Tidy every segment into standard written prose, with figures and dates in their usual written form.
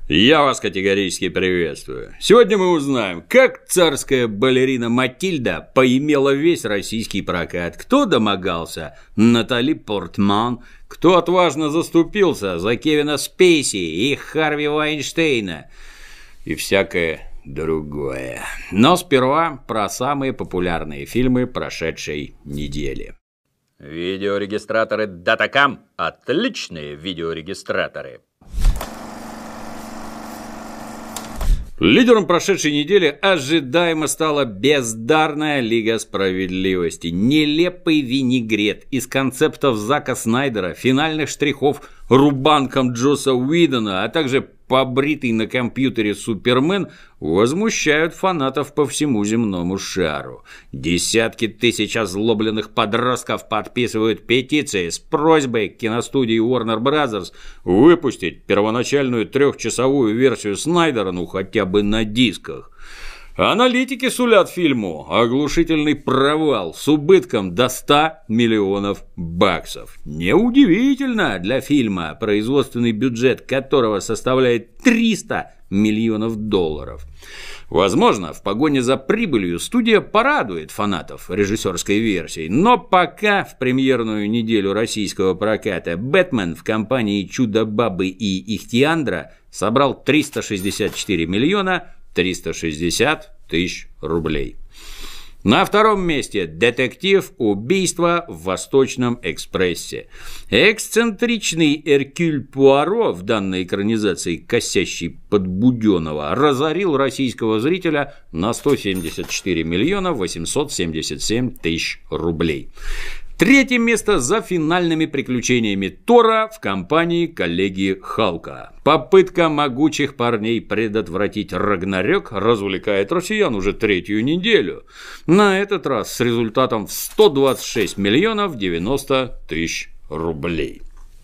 Я вас категорически приветствую. Сегодня мы узнаем, как царская балерина Матильда поимела весь российский прокат, кто домогался Натали Портман, кто отважно заступился за Кевина Спейси и Харви Вайнштейна и всякое другое. Но сперва про самые популярные фильмы прошедшей недели. Видеорегистраторы Datacam – отличные видеорегистраторы. Лидером прошедшей недели ожидаемо стала бездарная Лига Справедливости. Нелепый винегрет из концептов Зака Снайдера, финальных штрихов рубанком Джосса Уидона, а также побритый на компьютере Супермен возмущают фанатов по всему земному шару. Десятки тысяч озлобленных подростков подписывают петиции с просьбой к киностудии Warner Bros. Выпустить первоначальную 3-часовую версию Снайдера, ну хотя бы на дисках. Аналитики сулят фильму оглушительный провал с убытком до 100 миллионов баксов. Неудивительно для фильма, производственный бюджет которого составляет 300 миллионов долларов. Возможно, в погоне за прибылью студия порадует фанатов режиссерской версией, но пока в премьерную неделю российского проката «Бэтмен» в компании «Чудо-бабы» и «Ихтиандра» собрал 364 миллиона 360 тысяч рублей. На втором месте детектив «Убийство в Восточном экспрессе». Эксцентричный Эркюль Пуаро, в данной экранизации косящий под Будённого, разорил российского зрителя на 174 миллиона 877 тысяч рублей. Третье место за финальными приключениями Тора в компании коллеги Халка. Попытка могучих парней предотвратить Рагнарёк развлекает россиян уже 3-ю неделю. На этот раз с результатом в 126 миллионов 90 тысяч рублей.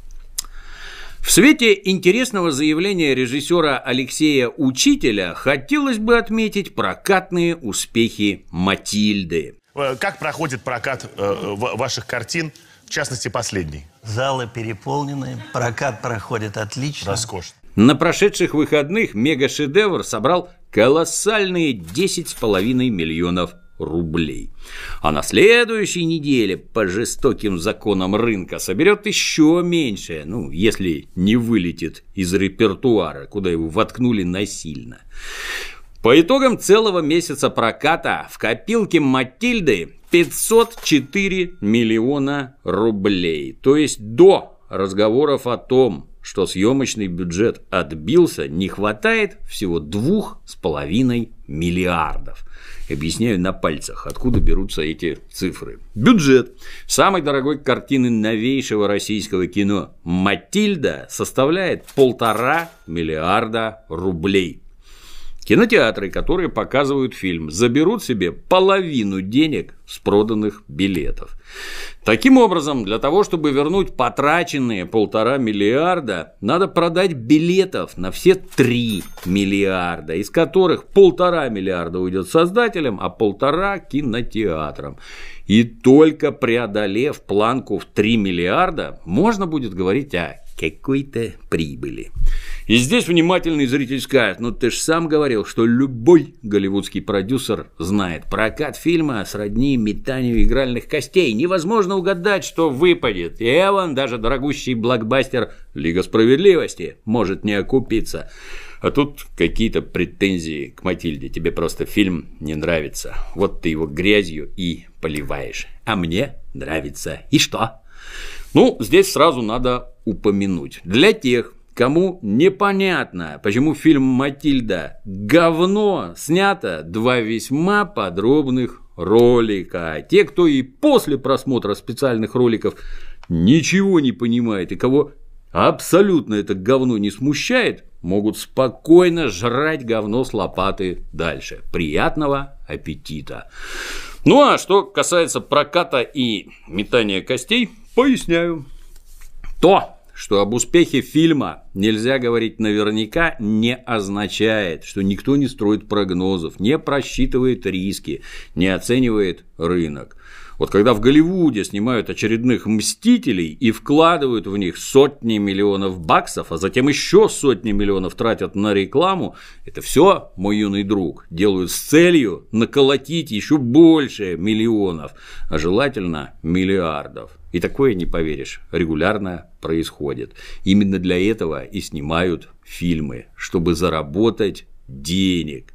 В свете интересного заявления режиссера Алексея Учителя хотелось бы отметить прокатные успехи «Матильды». Как проходит прокат ваших картин, в частности, последний? Залы переполнены, прокат проходит отлично. Роскошно. На прошедших выходных мега-шедевр собрал колоссальные 10,5 миллионов рублей. А на следующей неделе по жестоким законам рынка соберет еще меньше, если не вылетит из репертуара, куда его воткнули насильно. По итогам целого месяца проката в копилке Матильды 504 миллиона рублей. То есть до разговоров о том, что съемочный бюджет отбился, не хватает всего 2,5 миллиардов. Объясняю на пальцах, откуда берутся эти цифры. Бюджет самой дорогой картины новейшего российского кино «Матильда» составляет 1,5 миллиарда рублей. Кинотеатры, которые показывают фильм, заберут себе половину денег с проданных билетов. Таким образом, для того, чтобы вернуть потраченные 1,5 миллиарда, надо продать билетов на все 3 миллиарда, из которых 1,5 миллиарда уйдет создателям, а 1,5 кинотеатрам. И только преодолев планку в 3 миллиарда, можно будет говорить о какой-то прибыли. И здесь внимательный зритель скажет: ты же сам говорил, что любой голливудский продюсер знает, прокат фильма сродни метанию игральных костей. Невозможно угадать, что выпадет. И даже дорогущий блокбастер «Лига Справедливости» может не окупиться. А тут какие-то претензии к Матильде. Тебе просто фильм не нравится. Вот ты его грязью и поливаешь. А мне нравится. И что? Здесь сразу надо упомянуть. Для тех, кому непонятно, почему фильм «Матильда» говно, снято 2 весьма подробных ролика. Те, кто и после просмотра специальных роликов ничего не понимает и кого абсолютно это говно не смущает, могут спокойно жрать говно с лопаты дальше. Приятного аппетита! А что касается проката и метания костей, поясняю. То, что об успехе фильма нельзя говорить наверняка не означает, что никто не строит прогнозов, не просчитывает риски, не оценивает рынок. Вот когда в Голливуде снимают очередных «Мстителей» и вкладывают в них сотни миллионов баксов, а затем еще сотни миллионов тратят на рекламу, это все, мой юный друг, делают с целью наколотить еще больше миллионов, а желательно миллиардов. И такое, не поверишь, регулярно происходит. Именно для этого и снимают фильмы, чтобы заработать денег.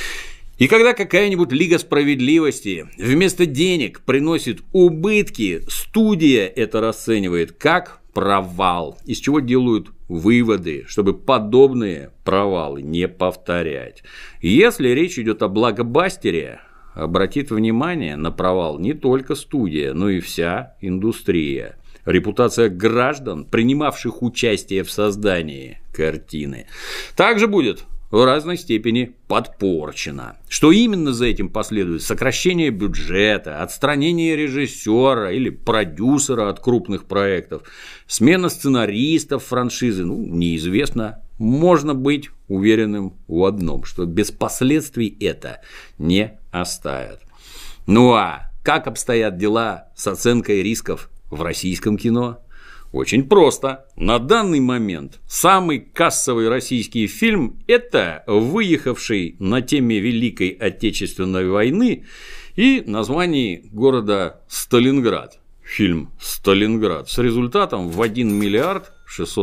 И когда какая-нибудь Лига справедливости вместо денег приносит убытки, студия это расценивает как провал, из чего делают выводы, чтобы подобные провалы не повторять. Если речь идет о блокбастере, обратит внимание на провал не только студия, но и вся индустрия. Репутация граждан, принимавших участие в создании картины, также будет в разной степени подпорчена. Что именно за этим последует? Сокращение бюджета, отстранение режиссера или продюсера от крупных проектов, смена сценаристов франшизы, неизвестно. Можно быть уверенным в одном, что без последствий это не оставит. Ну а как обстоят дела с оценкой рисков в российском кино? Очень просто. На данный момент самый кассовый российский фильм – это выехавший на теме Великой Отечественной войны и название города Сталинград. Фильм «Сталинград» с результатом в 1 миллиард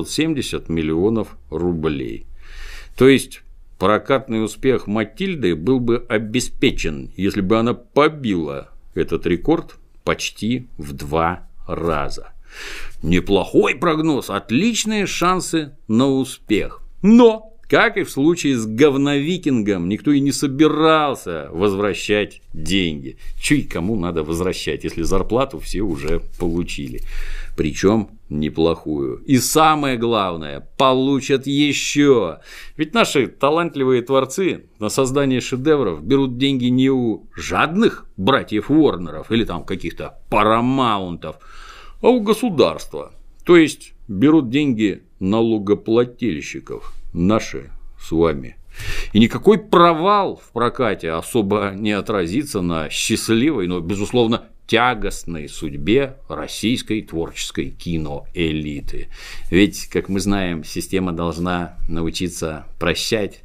670 миллионов рублей. То есть прокатный успех «Матильды» был бы обеспечен, если бы она побила этот рекорд почти в 2 раза. Неплохой прогноз, отличные шансы на успех. Но, как и в случае с говновикингом, никто и не собирался возвращать деньги. Чё и кому надо возвращать, если зарплату все уже получили. Причем неплохую. И самое главное, получат еще. Ведь наши талантливые творцы на создание шедевров берут деньги не у жадных братьев Уорнеров или там каких-то Парамаунтов, а у государства. То есть берут деньги налогоплательщиков, наши с вами. И никакой провал в прокате особо не отразится на счастливой, но, безусловно, тягостной судьбе российской творческой киноэлиты. Ведь, как мы знаем, система должна научиться прощать.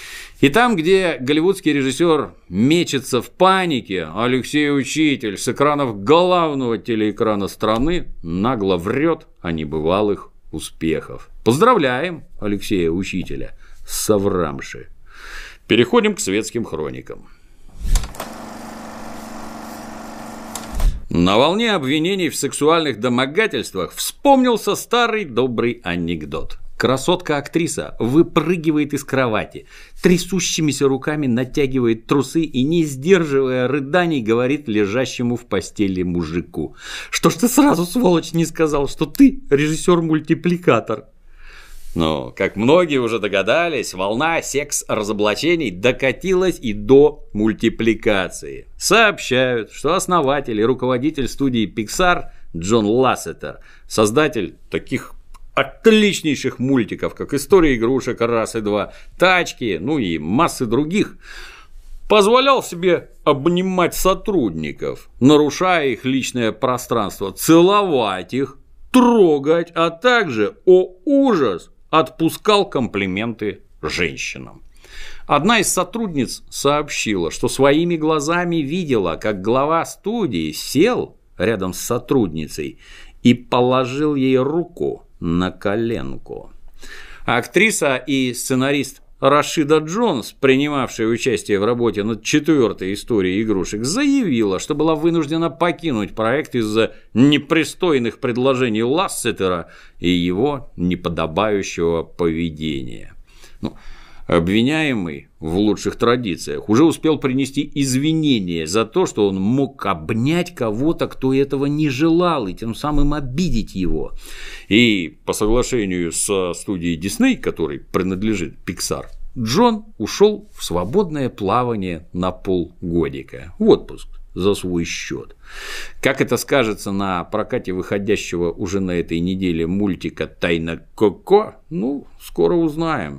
И там, где голливудский режиссер мечется в панике, Алексей Учитель с экранов главного телеэкрана страны нагло врет о небывалых успехах. Поздравляем Алексея Учителя с соврамши. Переходим к светским хроникам. На волне обвинений в сексуальных домогательствах вспомнился старый добрый анекдот. Красотка-актриса выпрыгивает из кровати, трясущимися руками натягивает трусы и, не сдерживая рыданий, говорит лежащему в постели мужику: «Что ж ты сразу, сволочь, не сказал, что ты режиссер-мультипликатор?» Но, как многие уже догадались, волна секс-разоблачений докатилась и до мультипликации. Сообщают, что основатель и руководитель студии Pixar Джон Лассетер, создатель таких отличнейших мультиков, как «История игрушек», «Раз и два», «Тачки», и массы других, позволял себе обнимать сотрудников, нарушая их личное пространство, целовать их, трогать, а также, о ужас, отпускал комплименты женщинам. Одна из сотрудниц сообщила, что своими глазами видела, как глава студии сел рядом с сотрудницей и положил ей руку на коленку. Актриса и сценарист Рашида Джонс, принимавшая участие в работе над 4-й историей игрушек, заявила, что была вынуждена покинуть проект из-за непристойных предложений Лассетера и его неподобающего поведения. Обвиняемый в лучших традициях уже успел принести извинения за то, что он мог обнять кого-то, кто этого не желал, и тем самым обидеть его. И по соглашению со студией Disney, которой принадлежит Pixar, Джон ушел в свободное плавание на полгодика, в отпуск. за свой счет. Как это скажется на прокате выходящего уже на этой неделе мультика «Тайна Коко», ну, скоро узнаем.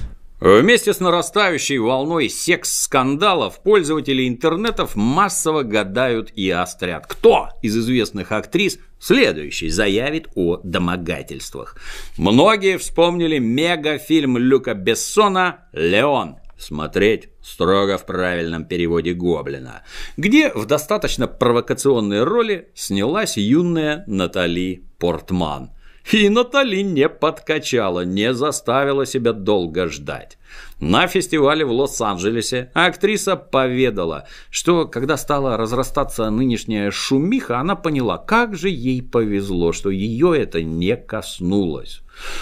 Вместе с нарастающей волной секс-скандалов пользователи интернетов массово гадают и острят, кто из известных актрис следующий заявит о домогательствах. Многие вспомнили мегафильм Люка Бессона «Леон». Смотреть строго в правильном переводе Гоблина, где в достаточно провокационной роли снялась юная Натали Портман. И Натали не подкачала, не заставила себя долго ждать. На фестивале в Лос-Анджелесе актриса поведала, что когда стала разрастаться нынешняя шумиха, она поняла, как же ей повезло, что ее это не коснулось.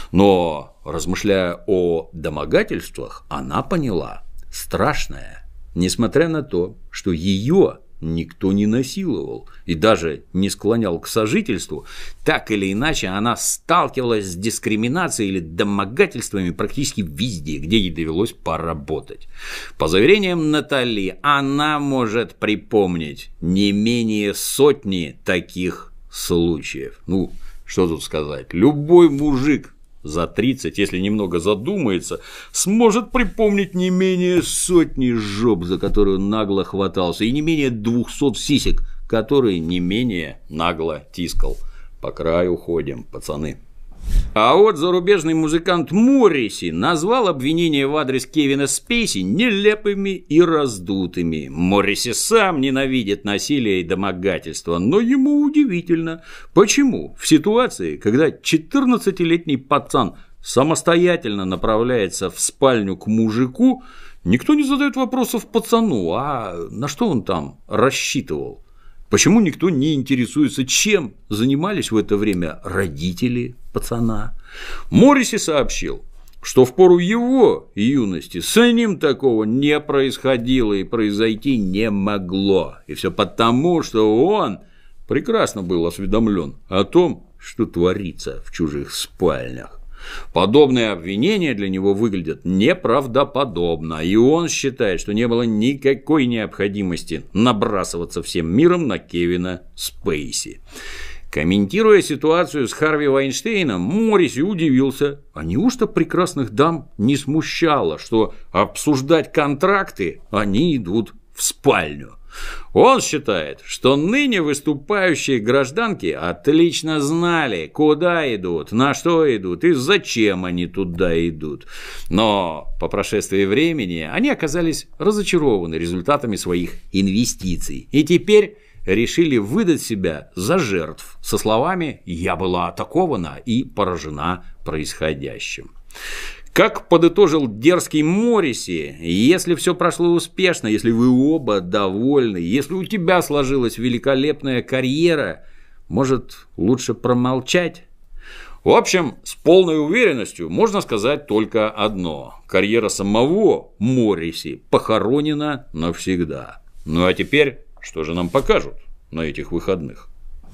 Но, размышляя о домогательствах, она поняла страшное, несмотря на то, что ее никто не насиловал и даже не склонял к сожительству, так или иначе она сталкивалась с дискриминацией или домогательствами практически везде, где ей довелось поработать. По заверениям Натали, она может припомнить не менее сотни таких случаев. Ну, что тут сказать, любой мужик за 30, если немного задумается, сможет припомнить не менее сотни жоп, за которую нагло хватался, и не менее 200 сисек, которые не менее нагло тискал. По краю ходим, пацаны. А вот зарубежный музыкант Морриси назвал обвинения в адрес Кевина Спейси нелепыми и раздутыми. Морриси сам ненавидит насилие и домогательство, но ему удивительно, почему в ситуации, когда 14-летний пацан самостоятельно направляется в спальню к мужику, никто не задает вопросов пацану, а на что он там рассчитывал? Почему никто не интересуется, чем занимались в это время родители пацана? Морриси сообщил, что в пору его юности с ним такого не происходило и произойти не могло. И все потому, что он прекрасно был осведомлен о том, что творится в чужих спальнях. Подобные обвинения для него выглядят неправдоподобно, и он считает, что не было никакой необходимости набрасываться всем миром на Кевина Спейси. Комментируя ситуацию с Харви Вайнштейном, Морриси удивился, а неужто прекрасных дам не смущало, что обсуждать контракты они идут в спальню? Он считает, что ныне выступающие гражданки отлично знали, куда идут, на что идут и зачем они туда идут. Но по прошествии времени они оказались разочарованы результатами своих инвестиций и теперь решили выдать себя за жертв со словами «я была атакована и поражена происходящим». Как подытожил дерзкий Морриси, если все прошло успешно, если вы оба довольны, если у тебя сложилась великолепная карьера, может, лучше промолчать? В общем, с полной уверенностью можно сказать только одно. Карьера самого Морриси похоронена навсегда. Ну а теперь, что же нам покажут на этих выходных?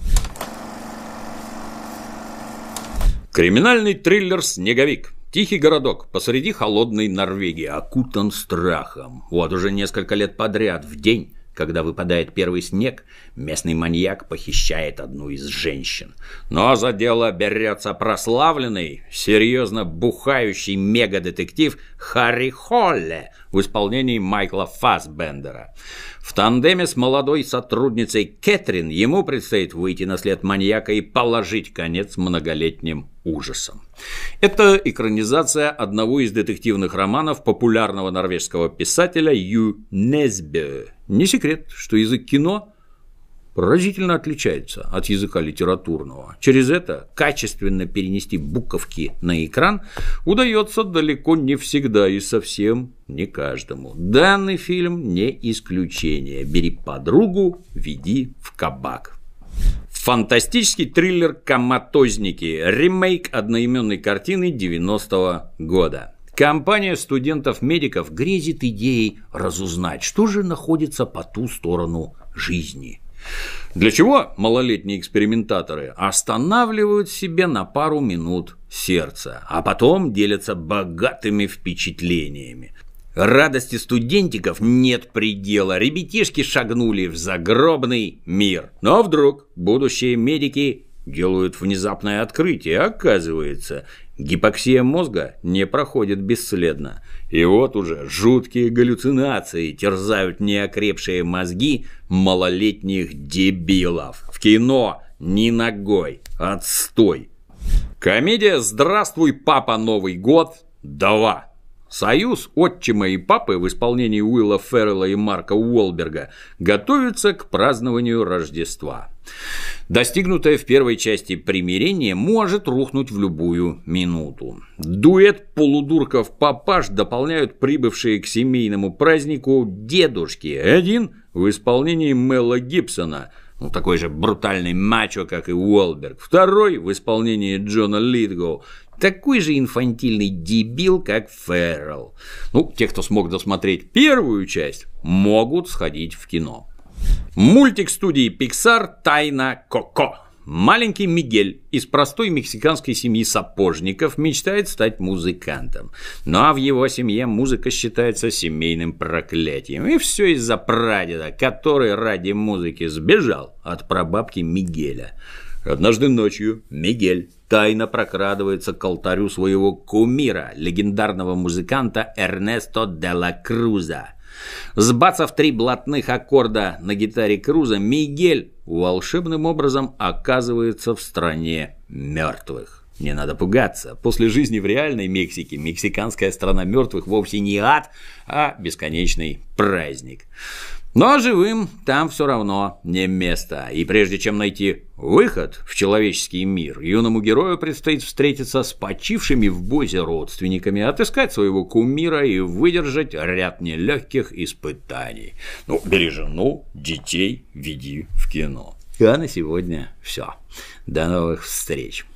Криминальный триллер «Снеговик». Тихий городок посреди холодной Норвегии окутан страхом. Вот уже несколько лет подряд в день, когда выпадает первый снег, местный маньяк похищает одну из женщин. Но за дело берется прославленный, серьезно бухающий мегадетектив Харри Холле в исполнении Майкла Фассбендера. В тандеме с молодой сотрудницей Кэтрин ему предстоит выйти на след маньяка и положить конец многолетним ужасам. Это экранизация одного из детективных романов популярного норвежского писателя Ю Несбø. Не секрет, что язык кино поразительно отличается от языка литературного. Через это качественно перенести буковки на экран удается далеко не всегда и совсем не каждому. Данный фильм не исключение. Бери подругу, веди в кабак. Фантастический триллер «Коматозники», ремейк одноименной картины 90-го года. Компания студентов-медиков грезит идеей разузнать, что же находится по ту сторону жизни. Для чего малолетние экспериментаторы останавливают себе на пару минут сердце, а потом делятся богатыми впечатлениями. Радости студентиков нет предела. Ребятишки шагнули в загробный мир. Но вдруг будущие медики делают внезапное открытие. Оказывается, гипоксия мозга не проходит бесследно. И вот уже жуткие галлюцинации терзают неокрепшие мозги малолетних дебилов. В кино ни ногой. Отстой. Комедия «Здравствуй, папа, Новый год 2». Союз отчима и папы в исполнении Уилла Феррелла и Марка Уолберга готовится к празднованию Рождества. Достигнутое в первой части примирение может рухнуть в любую минуту. Дуэт полудурков-папаш дополняют прибывшие к семейному празднику дедушки. Один в исполнении Мела Гибсона, такой же брутальный мачо, как и Уолберг. Второй в исполнении Джона Литгоу, такой же инфантильный дебил, как Феррелл. Те, кто смог досмотреть первую часть, могут сходить в кино. Мультик студии Pixar «Тайна Коко». Маленький Мигель из простой мексиканской семьи сапожников мечтает стать музыкантом. Но в его семье музыка считается семейным проклятием. И все из-за прадеда, который ради музыки сбежал от прабабки Мигеля. Однажды ночью Мигель тайно прокрадывается к алтарю своего кумира, легендарного музыканта Эрнесто де ла Круза. Сбацав 3 блатных аккорда на гитаре Круза, Мигель волшебным образом оказывается в стране мертвых. Не надо пугаться. После жизни в реальной Мексике мексиканская страна мертвых вовсе не ад, а бесконечный праздник. Но живым там все равно не место. И прежде чем найти выход в человеческий мир, юному герою предстоит встретиться с почившими в бозе родственниками, отыскать своего кумира и выдержать ряд нелегких испытаний. Бери жену, детей, веди в кино. А на сегодня все. До новых встреч.